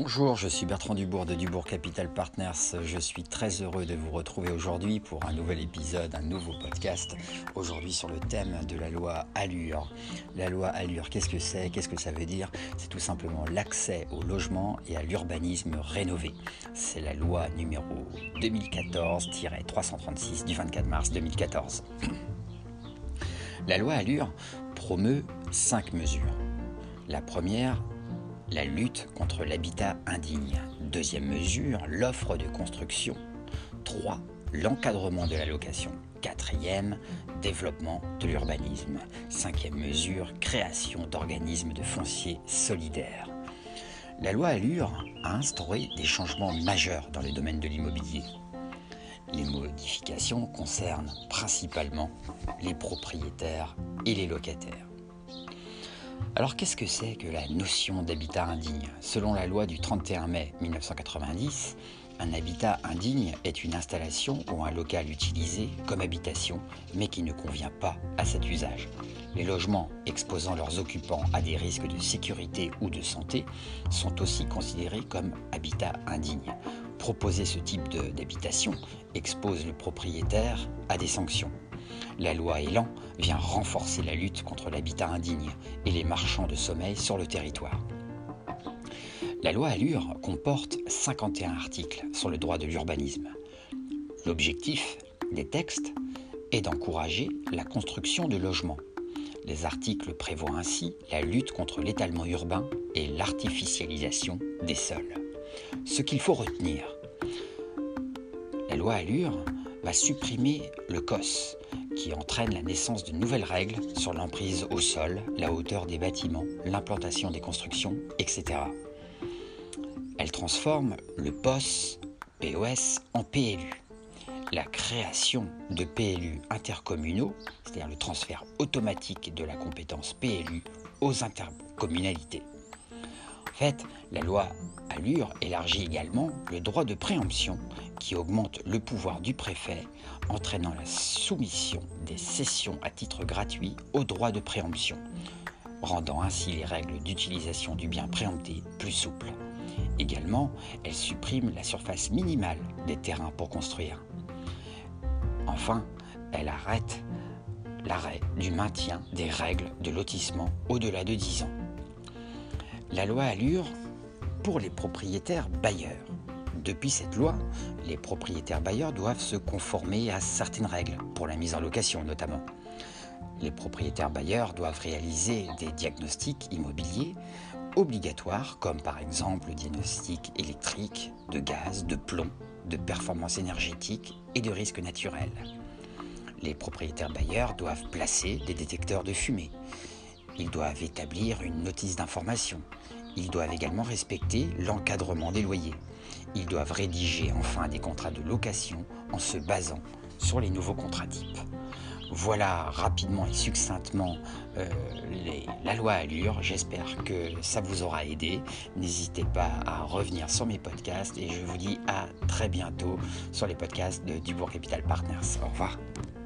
Bonjour, je suis Bertrand Dubourg de Dubourg Capital Partners. Je suis très heureux de vous retrouver aujourd'hui pour un nouvel épisode, un nouveau podcast. Aujourd'hui sur le thème de la loi ALUR. La loi ALUR, qu'est-ce que c'est ? Qu'est-ce que ça veut dire ? C'est tout simplement l'accès au logement et à l'urbanisme rénové. C'est la loi numéro 2014-336 du 24 mars 2014. La loi ALUR promeut 5 mesures. La première, la lutte contre l'habitat indigne. Deuxième mesure, l'offre de construction. 3. L'encadrement de la location. Quatrième, développement de l'urbanisme. Cinquième mesure, création d'organismes de foncier solidaires. La loi ALUR a instauré des changements majeurs dans le domaine de l'immobilier. Les modifications concernent principalement les propriétaires et les locataires. Alors qu'est-ce que c'est que la notion d'habitat indigne ? Selon la loi du 31 mai 1990, un habitat indigne est une installation ou un local utilisé comme habitation, mais qui ne convient pas à cet usage. Les logements exposant leurs occupants à des risques de sécurité ou de santé sont aussi considérés comme habitat indigne. Proposer ce type d'habitation expose le propriétaire à des sanctions. La loi Elan vient renforcer la lutte contre l'habitat indigne et les marchands de sommeil sur le territoire. La loi ALUR comporte 51 articles sur le droit de l'urbanisme. L'objectif des textes est d'encourager la construction de logements. Les articles prévoient ainsi la lutte contre l'étalement urbain et l'artificialisation des sols. Ce qu'il faut retenir, la loi ALUR va supprimer le COS, qui entraîne la naissance de nouvelles règles sur l'emprise au sol, la hauteur des bâtiments, l'implantation des constructions, etc. Elle transforme le POS en PLU. La création de PLU intercommunaux, c'est-à-dire le transfert automatique de la compétence PLU aux intercommunalités. En fait, la loi ALUR élargit également le droit de préemption qui augmente le pouvoir du préfet, entraînant la soumission des cessions à titre gratuit au droit de préemption, rendant ainsi les règles d'utilisation du bien préempté plus souples. Également, elle supprime la surface minimale des terrains pour construire. Enfin, elle arrête l'arrêt du maintien des règles de lotissement au-delà de 10 ans. La loi ALUR pour les propriétaires bailleurs. Depuis cette loi, les propriétaires bailleurs doivent se conformer à certaines règles, pour la mise en location notamment. Les propriétaires bailleurs doivent réaliser des diagnostics immobiliers obligatoires, comme par exemple le diagnostic électrique, de gaz, de plomb, de performance énergétique et de risque naturel. Les propriétaires bailleurs doivent placer des détecteurs de fumée. Ils doivent établir une notice d'information. Ils doivent également respecter l'encadrement des loyers. Ils doivent rédiger enfin des contrats de location en se basant sur les nouveaux contrats types. Voilà rapidement et succinctement la loi ALUR. J'espère que ça vous aura aidé. N'hésitez pas à revenir sur mes podcasts et je vous dis à très bientôt sur les podcasts de Dubourg Capital Partners. Au revoir.